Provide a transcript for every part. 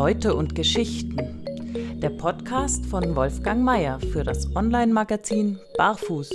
Leute und Geschichten. Der Podcast von Wolfgang Meier für das Online-Magazin Barfuß.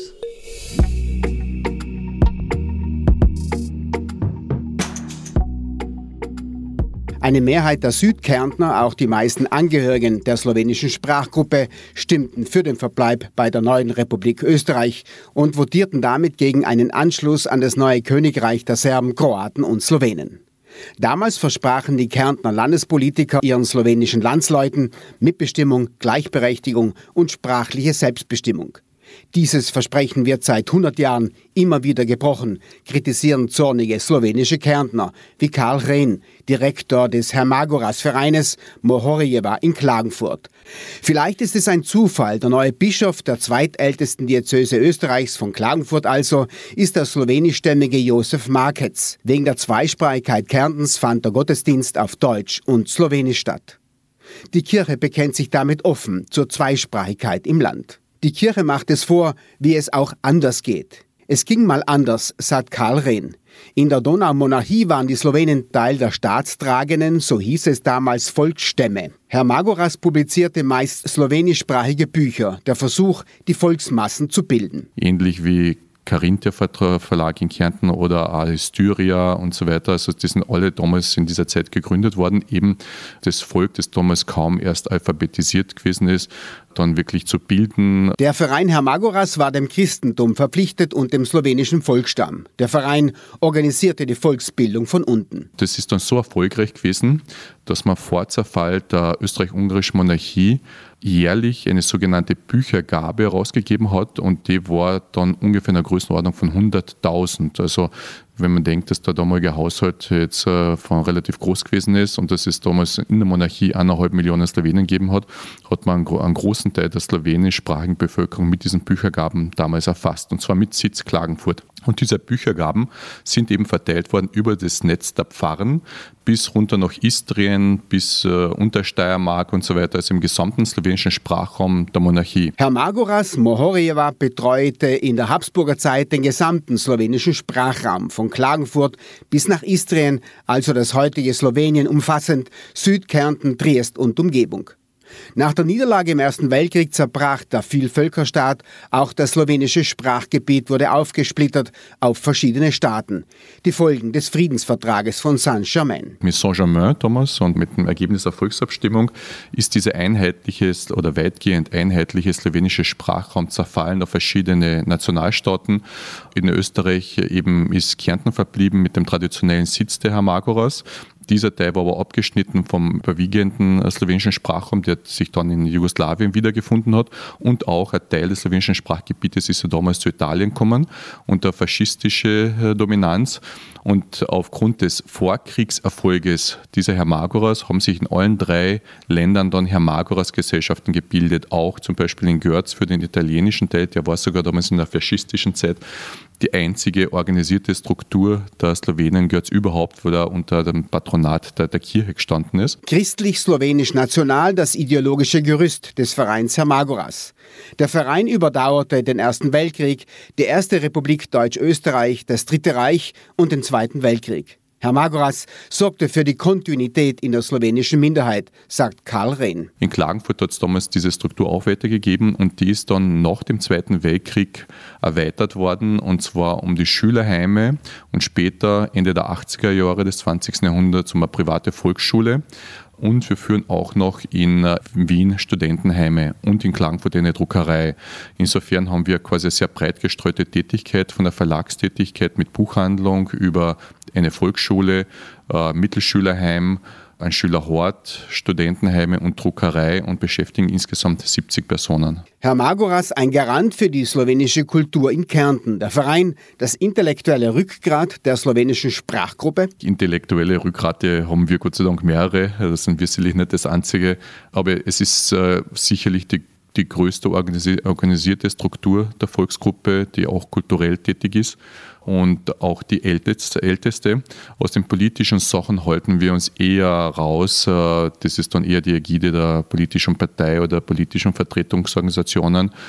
Eine Mehrheit der Südkärntner, auch die meisten Angehörigen der slowenischen Sprachgruppe, stimmten für den Verbleib bei der neuen Republik Österreich und votierten damit gegen einen Anschluss an das neue Königreich der Serben, Kroaten und Slowenen. Damals versprachen die Kärntner Landespolitiker ihren slowenischen Landsleuten Mitbestimmung, Gleichberechtigung und sprachliche Selbstbestimmung. Dieses Versprechen wird seit 100 Jahren immer wieder gebrochen, kritisieren zornige slowenische Kärntner, wie Karl Rehn, Direktor des Hermagoras-Vereines Mohorjeva in Klagenfurt. Vielleicht ist es ein Zufall, der neue Bischof der zweitältesten Diözese Österreichs von Klagenfurt also ist der slowenischstämmige Josef Markec. Wegen der Zweisprachigkeit Kärntens fand der Gottesdienst auf Deutsch und Slowenisch statt. Die Kirche bekennt sich damit offen zur Zweisprachigkeit im Land. Die Kirche macht es vor, wie es auch anders geht. Es ging mal anders, sagt Karl Rehn. In der Donaumonarchie waren die Slowenen Teil der staatstragenden, so hieß es damals, Volksstämme. Hermagoras publizierte meist slowenischsprachige Bücher, der Versuch, die Volksmassen zu bilden. Ähnlich wie Carinthia Verlag in Kärnten oder Styria und so weiter. Also die sind alle damals in dieser Zeit gegründet worden, eben das Volk, das damals kaum erst alphabetisiert gewesen ist, dann wirklich zu bilden. Der Verein Hermagoras war dem Christentum verpflichtet und dem slowenischen Volksstamm. Der Verein organisierte die Volksbildung von unten. Das ist dann so erfolgreich gewesen, dass man vor Zerfall der österreich-ungarischen Monarchie jährlich eine sogenannte Büchergabe herausgegeben hat und die war dann ungefähr in der Größenordnung von 100.000. Also wenn man denkt, dass der damalige Haushalt jetzt von relativ groß gewesen ist und dass es damals in der Monarchie 1,5 Millionen Slowenen gegeben hat, hat man einen großen Teil der slowenischsprachigen Bevölkerung mit diesen Büchergaben damals erfasst, und zwar mit Sitz Klagenfurt. Und diese Büchergaben sind eben verteilt worden über das Netz der Pfarren bis runter nach Istrien, bis Untersteiermark und so weiter, also im gesamten slowenischen Sprachraum der Monarchie. Hermagoras Mohorjeva betreute in der Habsburger Zeit den gesamten slowenischen Sprachraum, von Klagenfurt bis nach Istrien, also das heutige Slowenien umfassend, Südkärnten, Triest und Umgebung. Nach der Niederlage im Ersten Weltkrieg zerbrach der Vielvölkerstaat, auch das slowenische Sprachgebiet wurde aufgesplittert auf verschiedene Staaten. Die Folgen des Friedensvertrages von Saint-Germain. Mit Saint-Germain damals und mit dem Ergebnis der Volksabstimmung ist diese einheitliche oder weitgehend einheitliche slowenische Sprachraum zerfallen auf verschiedene Nationalstaaten. In Österreich eben ist Kärnten verblieben mit dem traditionellen Sitz der Hermagoras. Dieser Teil war aber abgeschnitten vom überwiegenden slowenischen Sprachraum, der sich dann in Jugoslawien wiedergefunden hat. Und auch ein Teil des slowenischen Sprachgebietes ist ja damals zu Italien gekommen unter faschistische Dominanz. Und aufgrund des Vorkriegserfolges dieser Hermagoras haben sich in allen 3 Ländern dann Hermagoras-Gesellschaften gebildet. Auch zum Beispiel in Görz für den italienischen Teil, der war sogar damals in der faschistischen Zeit die einzige organisierte Struktur der Slowenen Görz überhaupt, wo da unter dem Patronat der Kirche gestanden ist. Christlich-slowenisch-national, das ideologische Gerüst des Vereins Hermagoras. Der Verein überdauerte den Ersten Weltkrieg, die Erste Republik Deutsch-Österreich, das Dritte Reich und den Zweiten Weltkrieg. Hermagoras sorgte für die Kontinuität in der slowenischen Minderheit, sagt Karl Rehn. In Klagenfurt hat es damals diese Struktur auch weitergegeben und die ist dann nach dem Zweiten Weltkrieg erweitert worden, und zwar um die Schülerheime und später Ende der 80er Jahre des 20. Jahrhunderts um eine private Volksschule. Und wir führen auch noch in Wien Studentenheime und in Klagenfurt eine Druckerei. Insofern haben wir quasi eine sehr breit gestreute Tätigkeit, von der Verlagstätigkeit mit Buchhandlung über eine Volksschule, Mittelschülerheim, ein Schülerhort, Studentenheime und Druckerei und beschäftigen insgesamt 70 Personen. Hermagoras ein Garant für die slowenische Kultur in Kärnten. Der Verein, das intellektuelle Rückgrat der slowenischen Sprachgruppe. Intellektuelle Rückgrate haben wir Gott sei Dank mehrere, das sind wir sicherlich nicht das einzige, aber es ist sicherlich die größte organisierte Struktur der Volksgruppe, die auch kulturell tätig ist und auch die älteste. Aus den politischen Sachen halten wir uns eher raus. Das ist dann eher die Ägide der politischen Partei oder politischen Vertretungsorganisationen.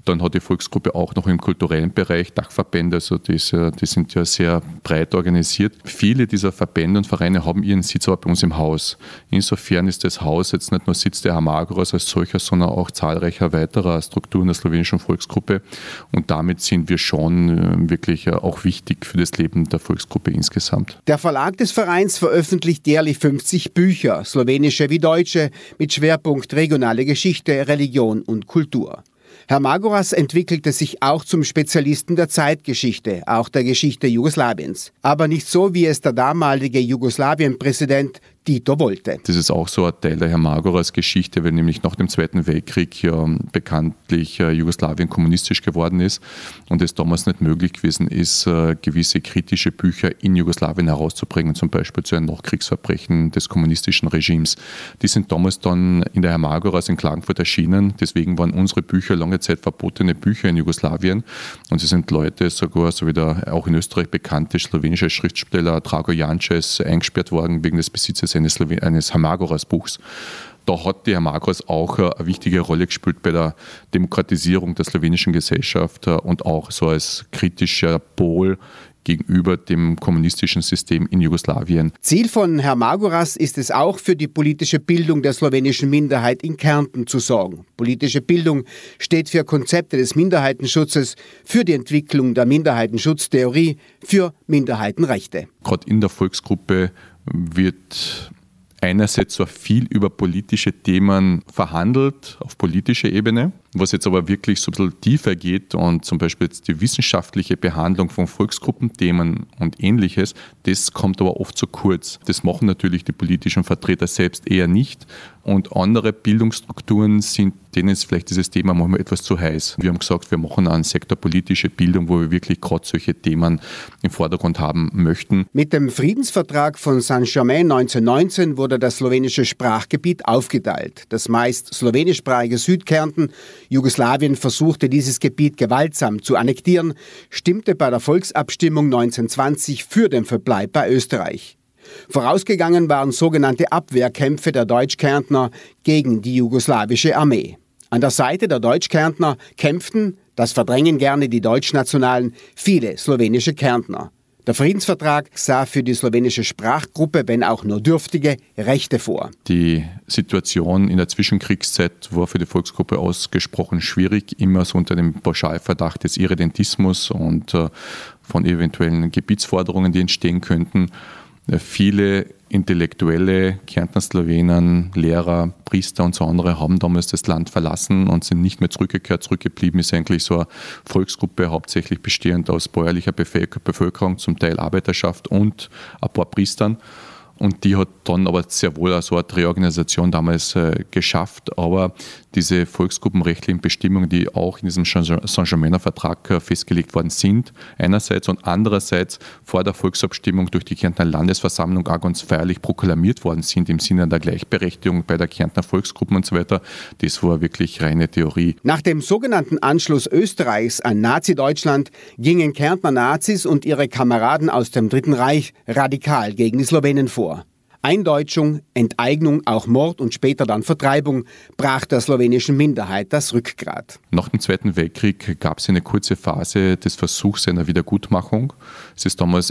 dann hat die Volksgruppe auch noch im kulturellen Bereich Dachverbände, also die sind ja sehr breit organisiert. Viele dieser Verbände und Vereine haben ihren Sitz aber bei uns im Haus. Insofern ist das Haus jetzt nicht nur Sitz der Hermagoras als solcher, sondern auch zahlreicher weiterer Strukturen der slowenischen Volksgruppe. Und damit sind wir schon wirklich auch wichtig für das Leben der Volksgruppe insgesamt. Der Verlag des Vereins veröffentlicht jährlich 50 Bücher, slowenische wie deutsche, mit Schwerpunkt regionale Geschichte, Religion und Kultur. Hermagoras entwickelte sich auch zum Spezialisten der Zeitgeschichte, auch der Geschichte Jugoslawiens. Aber nicht so, wie es der damalige Jugoslawien-Präsident Tito wollte. Das ist auch so ein Teil der Hermagoras-Geschichte, weil nämlich nach dem Zweiten Weltkrieg ja bekanntlich Jugoslawien kommunistisch geworden ist und es damals nicht möglich gewesen ist, gewisse kritische Bücher in Jugoslawien herauszubringen, zum Beispiel zu einem Nachkriegsverbrechen des kommunistischen Regimes. Die sind damals dann in der Hermagoras in Klagenfurt erschienen, deswegen waren unsere Bücher lange Zeit verbotene Bücher in Jugoslawien und sie sind Leute, sogar so wie der auch in Österreich bekannte slowenische Schriftsteller Drago Jančes eingesperrt worden wegen des Besitzes eines Hermagoras-Buchs. Da hat die Hermagoras auch eine wichtige Rolle gespielt bei der Demokratisierung der slowenischen Gesellschaft und auch so als kritischer Pol gegenüber dem kommunistischen System in Jugoslawien. Ziel von Hermagoras ist es auch, für die politische Bildung der slowenischen Minderheit in Kärnten zu sorgen. Politische Bildung steht für Konzepte des Minderheitenschutzes, für die Entwicklung der Minderheitenschutztheorie, für Minderheitenrechte. Gerade in der Volksgruppe wird einerseits so viel über politische Themen verhandelt, auf politischer Ebene, was jetzt aber wirklich so ein bisschen tiefer geht und zum Beispiel jetzt die wissenschaftliche Behandlung von Volksgruppenthemen und Ähnliches, das kommt aber oft zu kurz. Das machen natürlich die politischen Vertreter selbst eher nicht und andere Bildungsstrukturen sind, denen ist vielleicht dieses Thema manchmal etwas zu heiß. Wir haben gesagt, wir machen einen Sektor politische Bildung, wo wir wirklich gerade solche Themen im Vordergrund haben möchten. Mit dem Friedensvertrag von Saint-Germain 1919 wurde das slowenische Sprachgebiet aufgeteilt. Das meist slowenischsprachige Südkärnten, Jugoslawien versuchte dieses Gebiet gewaltsam zu annektieren, stimmte bei der Volksabstimmung 1920 für den Verbleib bei Österreich. Vorausgegangen waren sogenannte Abwehrkämpfe der Deutschkärntner gegen die jugoslawische Armee. An der Seite der Deutschkärntner kämpften, das verdrängen gerne die Deutschnationalen, viele slowenische Kärntner. Der Friedensvertrag sah für die slowenische Sprachgruppe, wenn auch nur dürftige, Rechte vor. Die Situation in der Zwischenkriegszeit war für die Volksgruppe ausgesprochen schwierig, immer so unter dem Pauschalverdacht des Irredentismus und von eventuellen Gebietsforderungen, die entstehen könnten. Viele intellektuelle Kärntner Slowenen, Lehrer, Priester und so andere haben damals das Land verlassen und sind nicht mehr zurückgekehrt. Zurückgeblieben ist eigentlich so eine Volksgruppe, hauptsächlich bestehend aus bäuerlicher Bevölkerung, zum Teil Arbeiterschaft und ein paar Priestern. Und die hat dann aber sehr wohl auch so eine Reorganisation damals geschafft. Aber diese volksgruppenrechtlichen Bestimmungen, die auch in diesem Saint-Germainer Vertrag festgelegt worden sind, einerseits und andererseits vor der Volksabstimmung durch die Kärntner Landesversammlung auch ganz feierlich proklamiert worden sind im Sinne der Gleichberechtigung bei der Kärntner Volksgruppen und so weiter, das war wirklich reine Theorie. Nach dem sogenannten Anschluss Österreichs an Nazi-Deutschland gingen Kärntner Nazis und ihre Kameraden aus dem Dritten Reich radikal gegen die Slowenen vor. Eindeutschung, Enteignung, auch Mord und später dann Vertreibung brach der slowenischen Minderheit das Rückgrat. Nach dem Zweiten Weltkrieg gab es eine kurze Phase des Versuchs einer Wiedergutmachung. Es ist damals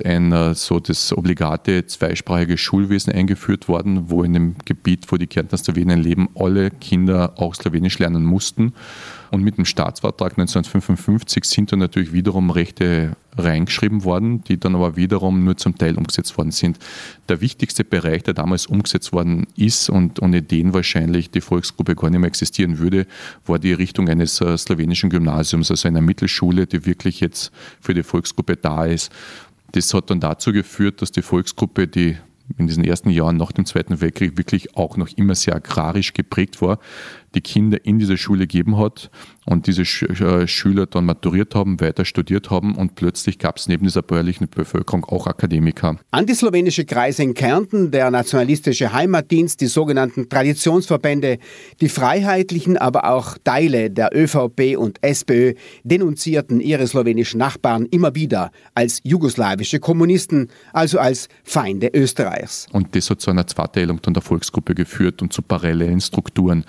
das obligate zweisprachige Schulwesen eingeführt worden, wo in dem Gebiet, wo die Kärntner Slowenen leben, alle Kinder auch Slowenisch lernen mussten. Und mit dem Staatsvertrag 1955 sind dann natürlich wiederum Rechte reingeschrieben worden, die dann aber wiederum nur zum Teil umgesetzt worden sind. Der wichtigste Bereich, der damals umgesetzt worden ist und ohne den wahrscheinlich die Volksgruppe gar nicht mehr existieren würde, war die Errichtung eines slowenischen Gymnasiums, also einer Mittelschule, die wirklich jetzt für die Volksgruppe da ist. Das hat dann dazu geführt, dass die Volksgruppe, die in diesen ersten Jahren nach dem Zweiten Weltkrieg wirklich auch noch immer sehr agrarisch geprägt war, die Kinder in diese Schule gegeben hat und diese Schüler dann maturiert haben, weiter studiert haben und plötzlich gab es neben dieser bäuerlichen Bevölkerung auch Akademiker. Antislowenische Kreise in Kärnten, der nationalistische Heimatdienst, die sogenannten Traditionsverbände, die Freiheitlichen, aber auch Teile der ÖVP und SPÖ denunzierten ihre slowenischen Nachbarn immer wieder als jugoslawische Kommunisten, also als Feinde Österreichs. Und das hat zu einer Zweiteilung dann der Volksgruppe geführt und zu parallelen Strukturen. Was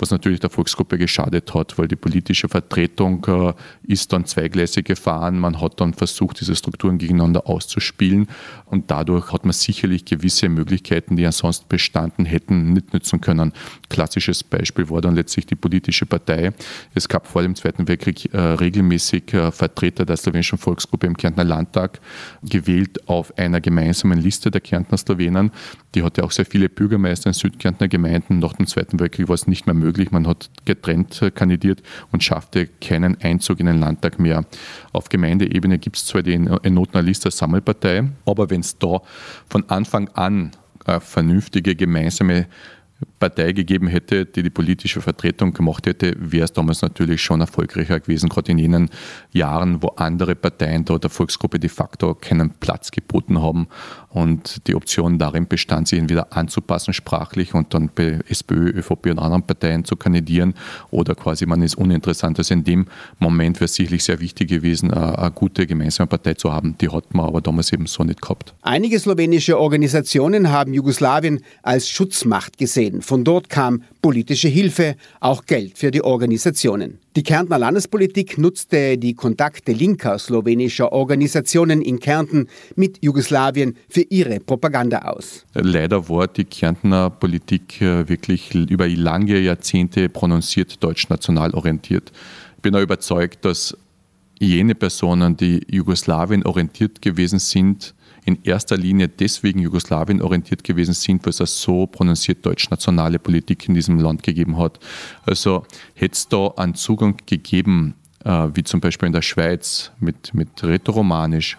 was natürlich der Volksgruppe geschadet hat, weil die politische Vertretung ist dann zweigleisig gefahren. Man hat dann versucht, diese Strukturen gegeneinander auszuspielen und dadurch hat man sicherlich gewisse Möglichkeiten, die ansonsten bestanden hätten, nicht nutzen können. Klassisches Beispiel war dann letztlich die politische Partei. Es gab vor dem Zweiten Weltkrieg regelmäßig Vertreter der slowenischen Volksgruppe im Kärntner Landtag, gewählt auf einer gemeinsamen Liste der Kärntner Slowenen. Die hatte auch sehr viele Bürgermeister in Südkärntner Gemeinden. Nach dem Zweiten Weltkrieg war es nicht mehr möglich. Man hat getrennt kandidiert und schaffte keinen Einzug in den Landtag mehr. Auf Gemeindeebene gibt es zwar die Enotner Lista Sammelpartei, aber wenn es da von Anfang an eine vernünftige gemeinsame Partei gegeben hätte, die die politische Vertretung gemacht hätte, wäre es damals natürlich schon erfolgreicher gewesen, gerade in jenen Jahren, wo andere Parteien da der Volksgruppe de facto keinen Platz geboten haben und die Option darin bestand, sich entweder anzupassen sprachlich und dann bei SPÖ, ÖVP und anderen Parteien zu kandidieren oder quasi man ist uninteressant. Also in dem Moment wäre es sicherlich sehr wichtig gewesen, eine gute gemeinsame Partei zu haben. Die hat man aber damals eben so nicht gehabt. Einige slowenische Organisationen haben Jugoslawien als Schutzmacht gesehen. Von dort kam politische Hilfe, auch Geld für die Organisationen. Die Kärntner Landespolitik nutzte die Kontakte linker slowenischer Organisationen in Kärnten mit Jugoslawien für ihre Propaganda aus. Leider war die Kärntner Politik wirklich über lange Jahrzehnte prononciert deutsch-national orientiert. Ich bin auch überzeugt, dass jene Personen, die Jugoslawien orientiert gewesen sind, in erster Linie deswegen Jugoslawien orientiert gewesen sind, weil es eine so prononciert deutsch-nationale Politik in diesem Land gegeben hat. Also hätte es da einen Zugang gegeben, wie zum Beispiel in der Schweiz mit Rätoromanisch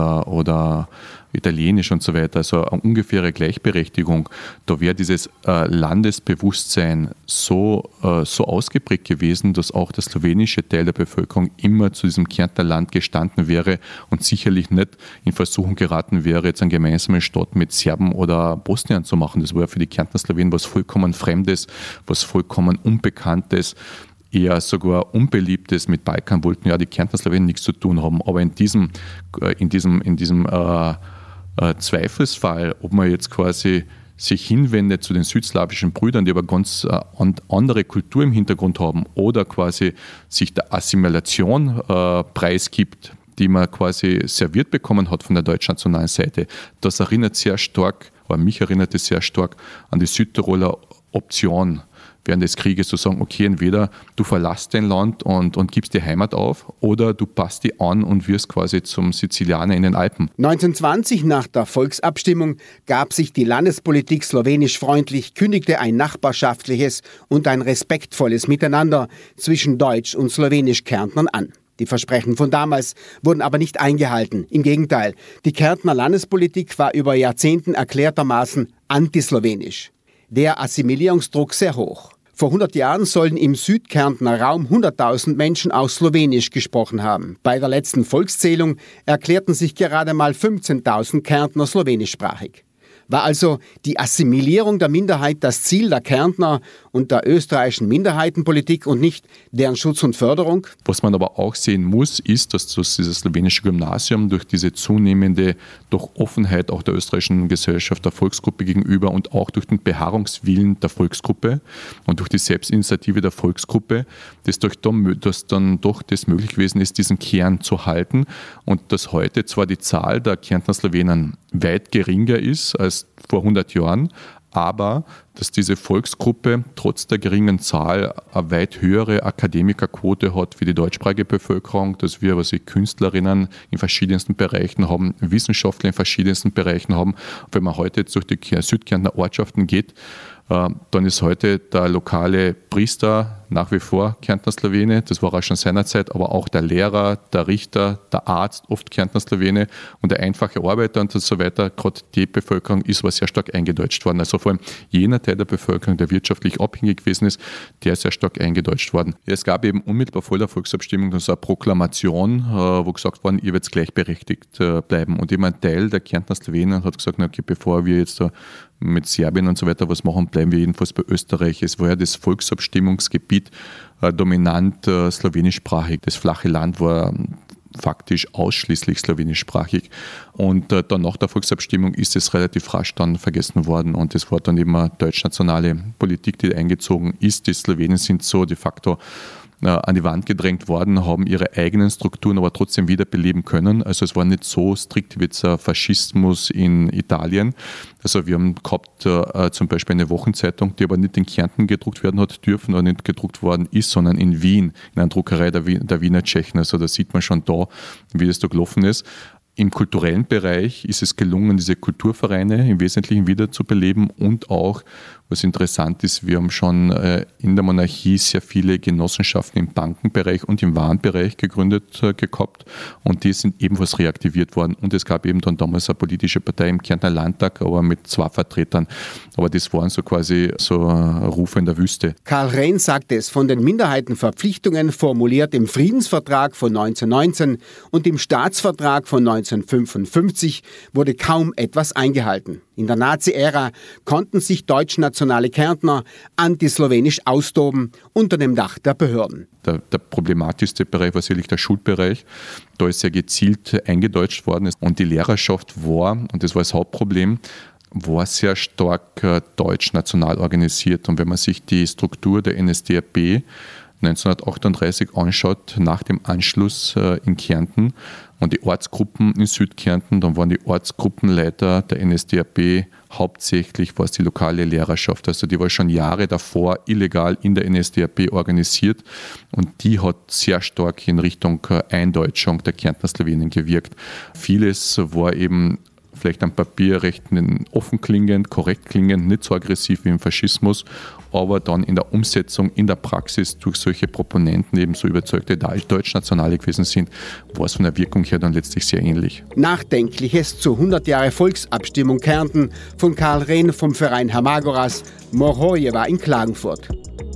oder Italienisch und so weiter, also eine ungefähre Gleichberechtigung, da wäre dieses Landesbewusstsein so ausgeprägt gewesen, dass auch der slowenische Teil der Bevölkerung immer zu diesem Kärntner Land gestanden wäre und sicherlich nicht in Versuchung geraten wäre, jetzt einen gemeinsamen Staat mit Serben oder Bosnien zu machen. Das war für die Kärntner Slowenen was vollkommen Fremdes, was vollkommen Unbekanntes, eher sogar Unbeliebtes. Mit Balkan wollten ja die Kärntner Slowenen nichts zu tun haben. Aber in diesem Zweifelsfall, ob man jetzt quasi sich hinwendet zu den südslawischen Brüdern, die aber ganz andere Kultur im Hintergrund haben, oder quasi sich der Assimilation preisgibt, die man quasi serviert bekommen hat von der deutsch-nationalen Seite, das erinnert sehr stark, oder mich erinnert es sehr stark an die Südtiroler Option während des Krieges zu sagen, okay, entweder du verlässt dein Land und gibst die Heimat auf oder du passt die an und wirst quasi zum Sizilianer in den Alpen. 1920 nach der Volksabstimmung gab sich die Landespolitik slowenisch freundlich, kündigte ein nachbarschaftliches und ein respektvolles Miteinander zwischen Deutsch- und Slowenisch-Kärntnern an. Die Versprechen von damals wurden aber nicht eingehalten. Im Gegenteil, die Kärntner Landespolitik war über Jahrzehnten erklärtermaßen antislowenisch. Der Assimilierungsdruck sehr hoch. Vor 100 Jahren sollen im Südkärntner Raum 100.000 Menschen auch Slowenisch gesprochen haben. Bei der letzten Volkszählung erklärten sich gerade mal 15.000 Kärntner slowenischsprachig. War also die Assimilierung der Minderheit das Ziel der Kärntner und der österreichischen Minderheitenpolitik und nicht deren Schutz und Förderung? Was man aber auch sehen muss, ist, dass dieses slowenische Gymnasium durch diese zunehmende Offenheit auch der österreichischen Gesellschaft, der Volksgruppe gegenüber und auch durch den Beharrungswillen der Volksgruppe und durch die Selbstinitiative der Volksgruppe, dass dann doch das möglich gewesen ist, diesen Kern zu halten und dass heute zwar die Zahl der Kärntner Slowenen weit geringer ist als vor 100 Jahren, aber dass diese Volksgruppe trotz der geringen Zahl eine weit höhere Akademikerquote hat wie die deutschsprachige Bevölkerung, dass wir Künstlerinnen in verschiedensten Bereichen haben, Wissenschaftler in verschiedensten Bereichen haben. Wenn man heute jetzt durch die Südkärntner Ortschaften geht, dann ist heute der lokale Priester nach wie vor Kärntner Slowene, das war auch schon seinerzeit, aber auch der Lehrer, der Richter, der Arzt, oft Kärntner Slowene und der einfache Arbeiter und so weiter, gerade die Bevölkerung ist aber sehr stark eingedeutscht worden. Also vor allem jener Teil der Bevölkerung, der wirtschaftlich abhängig gewesen ist, der ist sehr stark eingedeutscht worden. Es gab eben unmittelbar vor der Volksabstimmung so eine Proklamation, wo gesagt worden, ihr werdet gleichberechtigt bleiben. Und eben ein Teil der Kärntner Slowenen hat gesagt, okay, bevor wir jetzt da mit Serbien und so weiter was machen, bleiben wir jedenfalls bei Österreich. Es war ja das Volksabstimmungsgebiet dominant slowenischsprachig. Das flache Land war faktisch ausschließlich slowenischsprachig. Und dann nach der Volksabstimmung ist es relativ rasch dann vergessen worden und es war dann eben eine deutschnationale Politik, die eingezogen ist. Die Slowenen sind so de facto an die Wand gedrängt worden, haben ihre eigenen Strukturen aber trotzdem wiederbeleben können. Also es war nicht so strikt wie der Faschismus in Italien. Also wir haben gehabt zum Beispiel eine Wochenzeitung, die aber nicht in Kärnten gedruckt werden hat dürfen oder nicht gedruckt worden ist, sondern in Wien, in einer Druckerei der Wiener Tschechen. Also da sieht man schon da, wie das da gelaufen ist. Im kulturellen Bereich ist es gelungen, diese Kulturvereine im Wesentlichen wiederzubeleben und auch, was interessant ist, wir haben schon in der Monarchie sehr viele Genossenschaften im Bankenbereich und im Warenbereich gegründet gehabt und die sind ebenfalls reaktiviert worden und es gab eben dann damals eine politische Partei im Kärntner Landtag, aber mit 2 Vertretern. Aber das waren so quasi so Rufe in der Wüste. Karl Rehn sagt es, von den Minderheitenverpflichtungen formuliert im Friedensvertrag von 1919 und im Staatsvertrag von 1955 wurde kaum etwas eingehalten. In der Nazi-Ära konnten sich deutschnationale Kärntner antislowenisch austoben unter dem Dach der Behörden. Der problematischste Bereich war sicherlich der Schulbereich. Da ist sehr gezielt eingedeutscht worden und die Lehrerschaft war, und das war das Hauptproblem, war sehr stark deutsch-national organisiert. Und wenn man sich die Struktur der NSDAP 1938 anschaut, nach dem Anschluss in Kärnten und die Ortsgruppen in Südkärnten, dann waren die Ortsgruppenleiter der NSDAP hauptsächlich war es die lokale Lehrerschaft. Also die war schon Jahre davor illegal in der NSDAP organisiert und die hat sehr stark in Richtung Eindeutschung der Kärntner Slowenen gewirkt. Vieles war eben vielleicht am Papier recht offen klingend, korrekt klingend, nicht so aggressiv wie im Faschismus, aber dann in der Umsetzung, in der Praxis durch solche Proponenten, eben so überzeugte Deutschnationale gewesen sind, war es von der Wirkung her dann letztlich sehr ähnlich. Nachdenkliches zur 100 Jahre Volksabstimmung Kärnten von Karl Rehn vom Verein Hermagoras, Morhojewa in Klagenfurt.